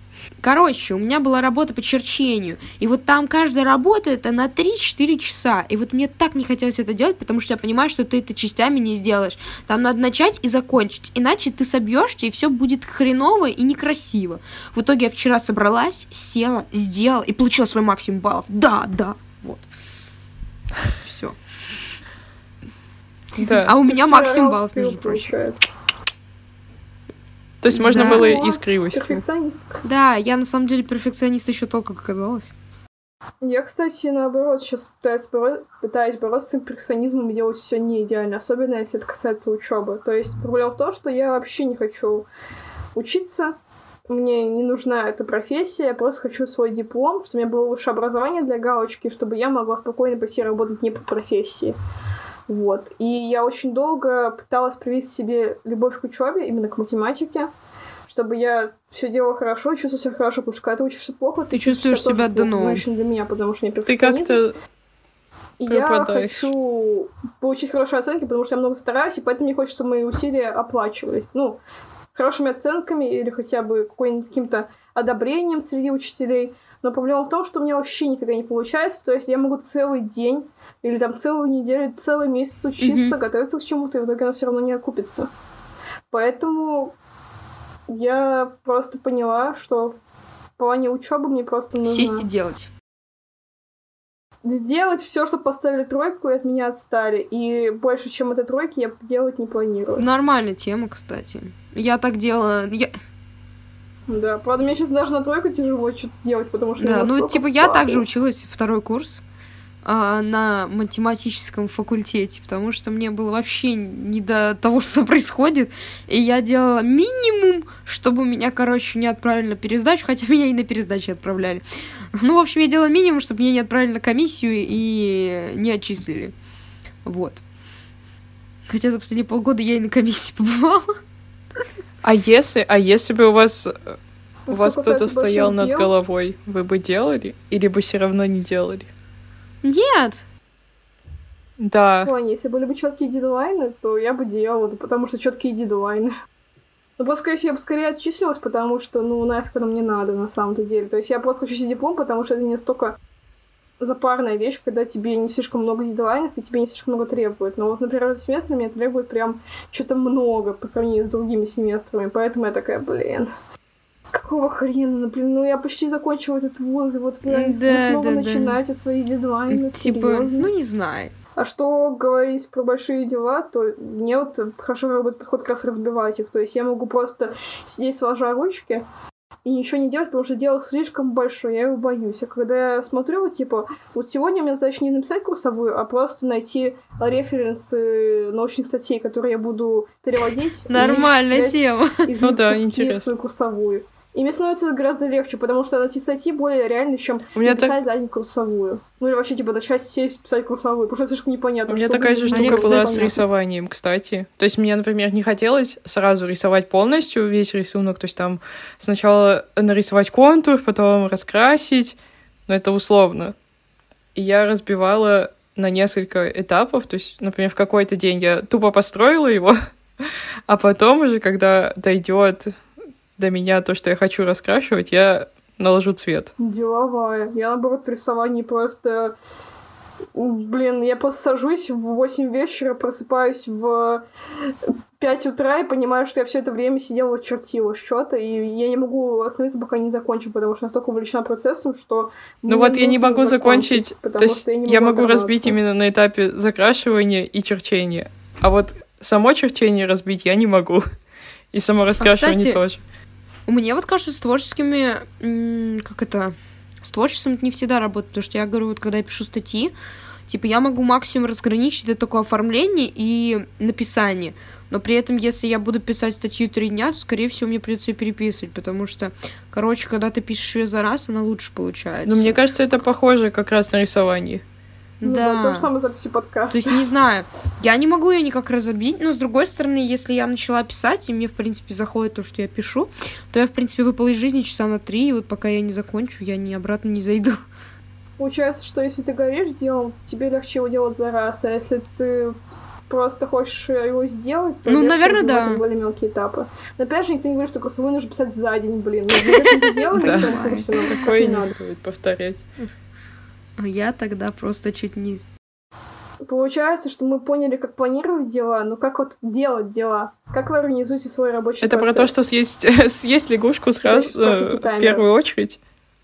Короче, у меня была работа по черчению, и вот там каждая работа это на три-четыре часа, и вот мне так не хотелось это делать, потому что я понимаю, что ты это частями не сделаешь. Там надо начать и закончить, иначе ты собьешься, и все будет хреново и некрасиво. В итоге я вчера собралась, села, сделала и получила свой максимум баллов. Да, да, вот. Все. Да. А у меня максимум баллов, между прочим. То есть можно Да. было и с кривостью. Перфекционистка. Да, я на самом деле перфекционист еще толком оказалась. Я, кстати, наоборот, сейчас пытаюсь, боро... пытаюсь бороться с этим перфекционизмом и делать все не идеально, особенно если это касается учебы. То есть проблема в том, что я вообще не хочу учиться, мне не нужна эта профессия, я просто хочу свой диплом, чтобы у меня было лучшее образование для галочки, чтобы я могла спокойно пойти работать не по профессии. Вот. И я очень долго пыталась привить себе любовь к учебе, именно к математике, чтобы я все делала хорошо и чувствовала себя хорошо, потому что когда ты учишься плохо, ты чувствуешь себя дно. Ну, лично для меня, потому что у меня Ты перфекционизм. как-то И я пропадаешь. хочу получить хорошие оценки, потому что я много стараюсь, и поэтому мне хочется мои усилия оплачивать. Ну, хорошими оценками или хотя бы какой-нибудь каким-то одобрением среди учителей. Но проблема в том, что у меня вообще никогда не получается. То есть я могу целый день или там целую неделю, целый месяц учиться, mm-hmm. готовиться к чему-то, и в итоге оно все равно не окупится. Поэтому я просто поняла, что в плане учебы мне просто нужно сесть и делать. Сделать все, чтобы поставили тройку, и от меня отстали. И больше, чем этой тройки, я делать не планирую. Нормальная тема, кстати. Я так делала... Я... Да, правда, мне сейчас даже на тройку тяжело что-то делать, потому что... Да, ну, типа, я также училась второй курс а, на математическом факультете, потому что мне было вообще не до того, что происходит, и я делала минимум, чтобы меня, короче, не отправили на пересдачу, хотя меня и на пересдачу отправляли. Ну, в общем, я делала минимум, чтобы меня не отправили на комиссию и не отчислили. Вот. Хотя за последние полгода я и на комиссии побывала. А если, а если бы у вас, у Ну, вас что кто-то касается стоял больших над дел. головой, вы бы делали? Или бы все равно не делали? Нет. В Да. плане, если были бы четкие дедлайны, то я бы делала, да, потому что четкие дедлайны. Ну, просто, скорее всего, я бы скорее отчислилась, потому что, ну, нафиг оно мне надо, на самом-то деле. То есть я просто хочу себе диплом, потому что это не настолько запарная вещь, когда тебе не слишком много дедлайнов и тебе не слишком много требует. Но вот, например, этот семестр мне требует прям что-то много по сравнению с другими семестрами, поэтому я такая, блин, какого хрена, ну, блин, ну я почти закончила этот вуз, и вот блин, Да, снова да, да. начинаете свои дедлайны, Типа, серьезно? ну, не знаю. А что говорить про большие дела, то мне вот хорошо работает подход как раз разбивать их. То есть я могу просто сидеть сложа ручки и ничего не делать, потому что дело слишком большое, я его боюсь. А когда я смотрю, вот, типа, вот сегодня у меня задача не написать курсовую, а просто найти референсы научных статей, которые я буду переводить. Нормальная тема. Из Ну них да, куски в интересно. свою курсовую. И мне становится гораздо легче, потому что найти статьи более реально, чем У меня написать за день курсовую. Ну или вообще, типа, начать сесть писать курсовую, потому что это слишком непонятно. У меня что такая будет, же что Мне, штука будет была с непонятно. рисованием, кстати. То есть мне, например, не хотелось сразу рисовать полностью весь рисунок. То есть там сначала нарисовать контур, потом раскрасить. Но это условно. И я разбивала на несколько этапов. То есть, например, в какой-то день я тупо построила его, а потом уже, когда дойдет до меня то, что я хочу раскрашивать, я наложу цвет. Деловая. Я, наоборот, в рисовании просто... Блин, я просто сажусь в восемь вечера, просыпаюсь в пять утра и понимаю, что я все это время сидела, чертила что-то, и я не могу остановиться, пока не закончу, потому что настолько увлечена процессом, что... Ну мне вот я не нужно могу закончить, потому то есть что я, не я могу оторваться. разбить именно на этапе закрашивания и черчения, а вот само черчение разбить я не могу, и само раскрашивание кстати, тоже. Мне вот кажется, с творческими... м, Как это... С творчеством это не всегда работает, потому что я говорю, вот когда я пишу статьи, типа я могу максимум разграничить это такое оформление и написание. Но при этом, если я буду писать статью три дня, то, скорее всего, мне придется ее переписывать, потому что, короче, когда ты пишешь ее за раз, она лучше получается. Но мне кажется, это похоже как раз на рисование. Ну, Да. То же самое записи подкаста. То есть, не знаю, я не могу ее никак разобить, но, с другой стороны, если я начала писать, и мне, в принципе, заходит то, что я пишу, то я, в принципе, выпала из жизни часа на три, и вот пока я не закончу, я ни обратно не зайду. Получается, что если ты горишь делом, тебе легче его делать за раз, а если ты просто хочешь его сделать, то ну, наверное, да. более мелкие этапы. Но опять же, никто не говорит, что курсовую нужно писать за день, блин. Мы это делали в том курсе, но такое не стоит повторять. Я тогда просто чуть не... Получается, что мы поняли, как планировать дела, но как вот делать дела? Как вы организуете свой рабочий Это процесс? про то, что съесть, съесть лягушку сразу в первую очередь.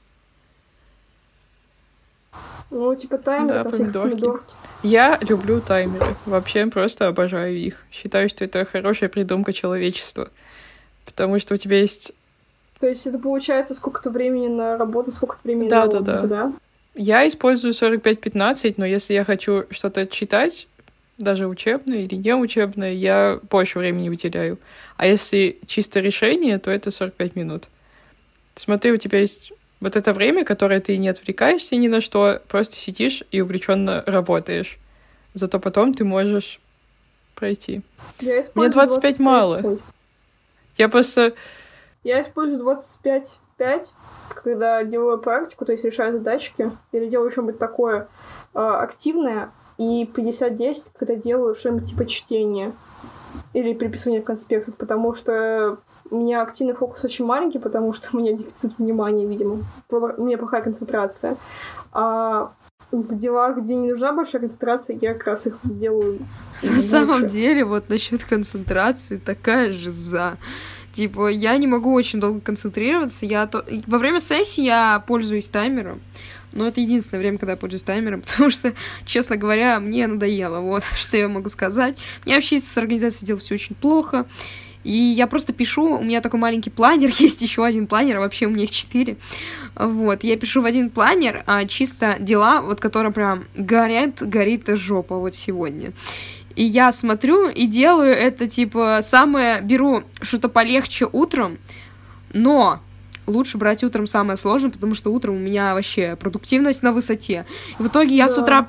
Ну, типа таймер, да, помидорки. Я люблю таймеры. Вообще просто обожаю их. Считаю, что это хорошая придумка человечества. Потому что у тебя есть... То есть это получается сколько-то времени на работу, сколько-то времени да, на да, отдых, да, да? Я использую сорок пять пятнадцать, но если я хочу что-то читать, даже учебное или не учебное, я больше времени выделяю. А если чисто решение, то это сорок пять минут. Смотри, у тебя есть вот это время, которое ты не отвлекаешься ни на что, просто сидишь и увлеченно работаешь. Зато потом ты можешь пройти. Я Мне двадцать пять мало. секунд. Я просто... Я использую двадцать пять пять, когда делаю практику, то есть решаю задачки, или делаю что-нибудь такое э, активное, и пятьдесят десять, когда делаю что-нибудь типа чтения или переписывания конспектов, потому что у меня активный фокус очень маленький, потому что у меня дефицит внимания, видимо. У меня плохая концентрация. А в делах, где не нужна большая концентрация, я как раз их делаю На лучше. самом деле, вот насчет концентрации такая же за... Типа, я не могу очень долго концентрироваться. Я то... Во время сессии я пользуюсь таймером. Но это единственное время, когда я пользуюсь таймером, потому что, честно говоря, мне надоело. Вот, что я могу сказать. Мне вообще с организацией дел все очень плохо. И я просто пишу, у меня такой маленький планер, есть еще один планер, а вообще у меня их четыре. Вот, я пишу в один планер а, чисто дела, вот, которые прям горят, горит жопа вот сегодня. И я смотрю и делаю это, типа, самое... Беру что-то полегче утром, но лучше брать утром самое сложное, потому что утром у меня вообще продуктивность на высоте. И в итоге я да. с утра...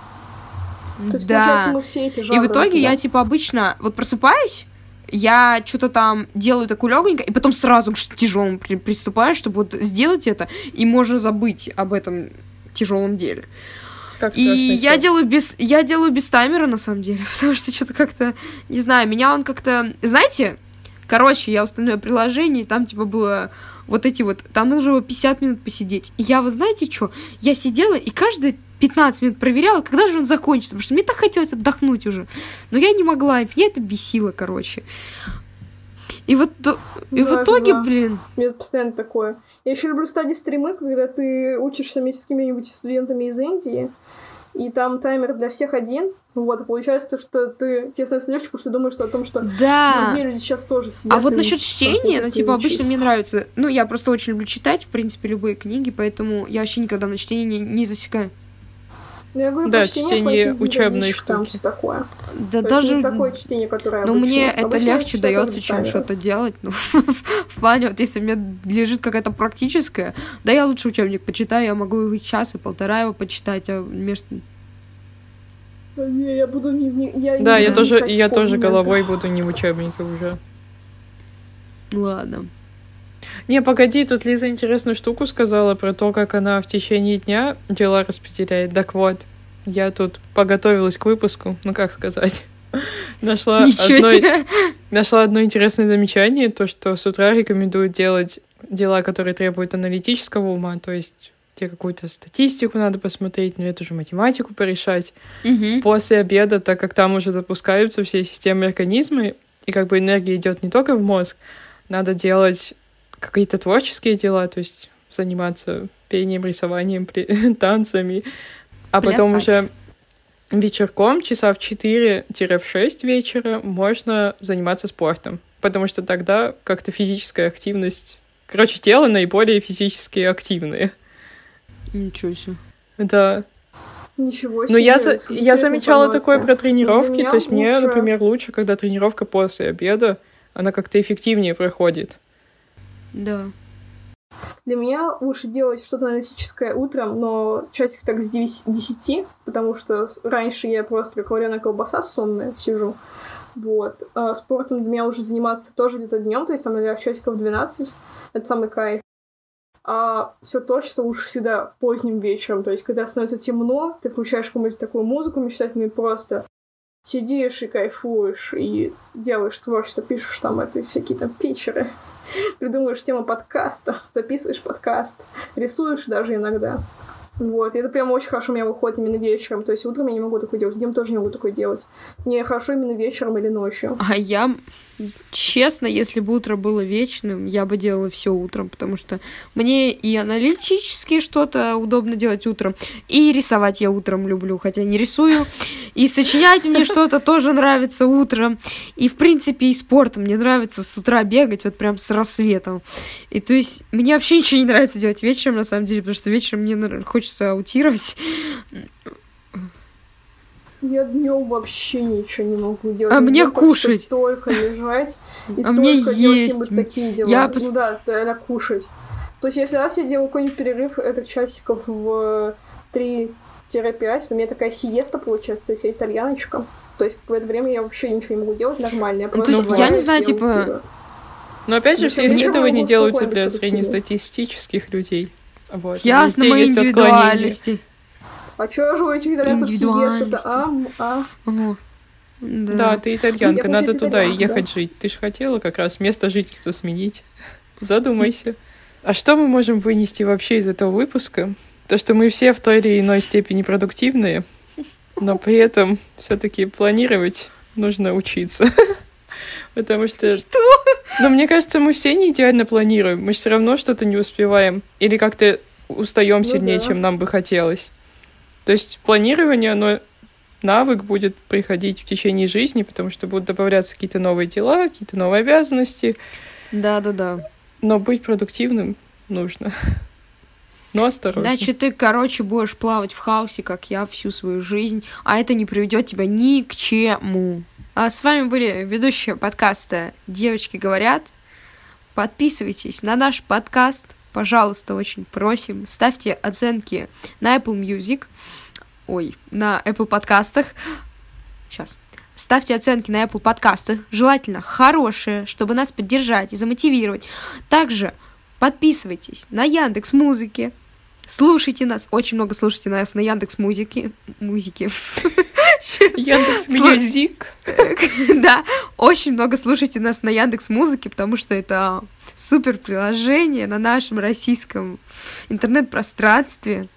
То есть, да. получается, мы все эти жанры, и в итоге да? я, типа, обычно вот просыпаюсь, я что-то там делаю такое легонько, и потом сразу к тяжелому при- приступаю, чтобы вот сделать это, и можно забыть об этом тяжелом деле. Как и я делаю без, я делаю без таймера, на самом деле, потому что что-то как-то, не знаю, меня он как-то... Знаете, короче, я установила приложение, и там, типа, было вот эти вот... Там нужно было пятьдесят минут посидеть. И я, вы знаете что? Я сидела, и каждые пятнадцать минут проверяла, когда же он закончится, потому что мне так хотелось отдохнуть уже. Но я не могла, и меня это бесило, короче. И вот и да, в итоге, за. блин... У меня постоянно такое. Я еще люблю стадии стримы, когда ты учишься вместе с какими-нибудь студентами из Индии, и там таймер для всех один. Вот, и получается то, что ты тебе становится легче, потому что ты думаешь что о том, что да. другие люди сейчас тоже сидят. А вот насчет чтения, ну, типа, обычно мне нравится... Ну, я просто очень люблю читать, в принципе, любые книги, поэтому я вообще никогда на чтение не, не засекаю. Ну, я говорю, да, про чтение, чтение учебные штуки. Там все такое. Да то даже... не такое чтение, которое Но обычно. мне это Обычно легче дается, чем что-то делать. Ну, в плане, вот если у меня лежит какая-то практическая, да я лучше учебник почитаю, я могу и час, и полтора его почитать, а между... Не, я буду не... не я да, не я тоже, я тоже момента. головой буду не в учебнике уже. Ладно. Не, погоди, тут Лиза интересную штуку сказала про то, как она в течение дня дела распределяет. Так вот, я тут поготовилась к выпуску, ну как сказать, нашла одно, нашла одно интересное замечание, то, что с утра рекомендуют делать дела, которые требуют аналитического ума, то есть тебе какую-то статистику надо посмотреть, ну эту же математику порешать. Угу. После обеда, так как там уже запускаются все системы, организмы, и как бы энергия идет не только в мозг, надо делать какие-то творческие дела, то есть заниматься пением, рисованием, танцами, а Плясать. Потом уже вечерком, часа в четыре-шесть вечера, можно заниматься спортом, потому что тогда как-то физическая активность... Короче, тело наиболее физически активное. Ничего себе. Да. Ничего себе. Но я, за... я замечала такое про тренировки, то есть лучше... мне, например, лучше, когда тренировка после обеда, она как-то эффективнее проходит. Да. Для меня лучше делать что-то аналитическое утром, но часик так с десяти, потому что раньше я просто как вареная колбаса сонная сижу. Вот. А спортом для меня уже заниматься тоже где-то днем, то есть там, наверное, часиков двенадцать. Это самый кайф. А все творчество лучше всегда поздним вечером. То есть, когда становится темно, ты включаешь какую-нибудь такую музыку мечтательную, просто сидишь и кайфуешь, и делаешь творчество, пишешь там это, всякие там питчеры, придумываешь тему подкаста, записываешь подкаст, рисуешь даже иногда. Вот, и это прям очень хорошо у меня выходит именно вечером. То есть утром я не могу такое делать, днем тоже не могу такое делать. Мне хорошо именно вечером или ночью. А я, честно, если бы утро было вечным, я бы делала все утром, потому что мне и аналитически что-то удобно делать утром, и рисовать я утром люблю, хотя не рисую, и сочинять мне что-то тоже нравится утром, и, в принципе, и спортом мне нравится с утра бегать, вот прям с рассветом. И то есть мне вообще ничего не нравится делать вечером, на самом деле, потому что вечером мне хочется аутировать. Я днем вообще ничего не могу делать. А я мне кушать. Только лежать и а мне есть. Вот такие дела. Я ну да, это кушать. То есть, если раз я делаю какой-нибудь перерыв, это часиков в три-пять, у меня такая сиеста получается, если итальяночка. То есть, в это время я вообще ничего не могу делать нормально. Я, ну, то есть, я не знаю, типа... Аутирую. Но опять же, все исследования делаются для продуктивный. среднестатистических людей. Вот. Ясно, мои индивидуальности. А чё же у этих итальянцев сиеста-то? А, а. О, да. да, ты итальянка, Я надо туда итальянка, ехать да. жить. Ты же хотела как раз место жительства сменить. Задумайся. А что мы можем вынести вообще из этого выпуска? То, что мы все в той или иной степени продуктивные, но при этом все-таки планировать нужно учиться. Потому что... Что? Но мне кажется, мы все не идеально планируем. Мы же все равно что-то не успеваем. Или как-то устаем Ну сильнее, да. чем нам бы хотелось. То есть планирование, оно... навык будет приходить в течение жизни, потому что будут добавляться какие-то новые дела, какие-то новые обязанности. Да-да-да. Но быть продуктивным нужно. Но осторожно. Иначе ты, короче, будешь плавать в хаосе, как я, всю свою жизнь, а это не приведет тебя ни к чему. А с вами были ведущие подкаста «Девочки говорят». Подписывайтесь на наш подкаст, пожалуйста, очень просим. Ставьте оценки на Apple Music, ой, на Apple подкастах. Сейчас. Ставьте оценки на Apple подкастах, желательно хорошие, чтобы нас поддержать и замотивировать. Также подписывайтесь на Яндекс.Музыке. Слушайте нас, очень много слушайте нас на Яндекс.Музыке. Музыки. Яндекс.Мьюзик. Да, очень много слушайте нас на Яндекс.Музыке, потому что это супер приложение на нашем российском интернет-пространстве.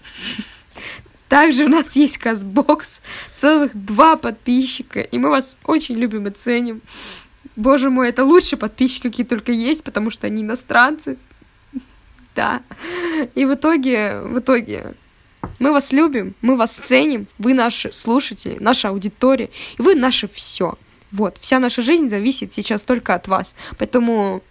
Также у нас есть Казбокс, целых два подписчика, и мы вас очень любим и ценим. Боже мой, это лучшие подписчики, какие только есть, потому что они иностранцы. Да. И в итоге, в итоге, мы вас любим, мы вас ценим, вы наши слушатели, наша аудитория, и вы наше все. Вот, вся наша жизнь зависит сейчас только от вас. Поэтому...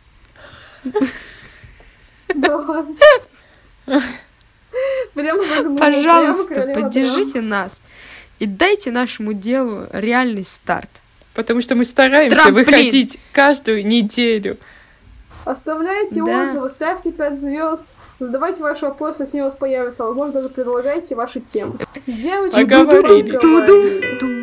Пожалуйста, поддержите нас и дайте нашему делу реальный старт. Потому что мы стараемся Трамплин. выходить каждую неделю. Оставляйте Да. отзывы, ставьте пять звезд, задавайте ваши вопросы, если у вас появятся, возможно, даже предлагайте ваши темы. Девочки, Поговорили. поговорили. Ту-ду-ду.